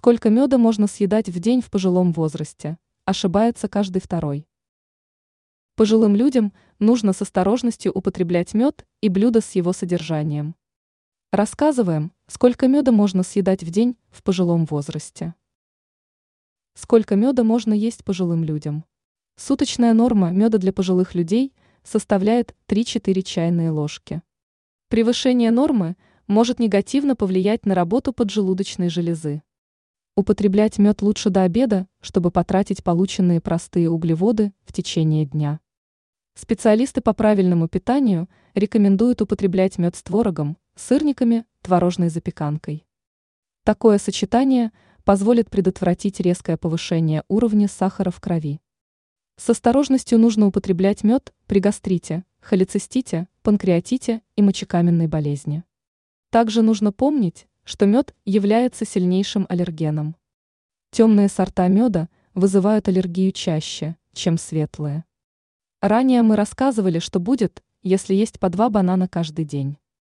Сколько меда можно съедать в день в пожилом возрасте? Ошибается каждый второй. Пожилым людям нужно с осторожностью употреблять мед и блюда с его содержанием. Рассказываем, сколько меда можно съедать в день в пожилом возрасте. Сколько меда можно есть пожилым людям? Суточная норма меда для пожилых людей составляет 3-4 чайные ложки. Превышение нормы может негативно повлиять на работу поджелудочной железы. Употреблять мед лучше до обеда, чтобы потратить полученные простые углеводы в течение дня. Специалисты по правильному питанию рекомендуют употреблять мед с творогом, сырниками, творожной запеканкой. Такое сочетание позволит предотвратить резкое повышение уровня сахара в крови. С осторожностью нужно употреблять мед при гастрите, холецистите, панкреатите и мочекаменной болезни. Также нужно помнить, что мед является сильнейшим аллергеном. Темные сорта меда вызывают аллергию чаще, чем светлые. Ранее мы рассказывали, что будет, если есть по 2 банана каждый день.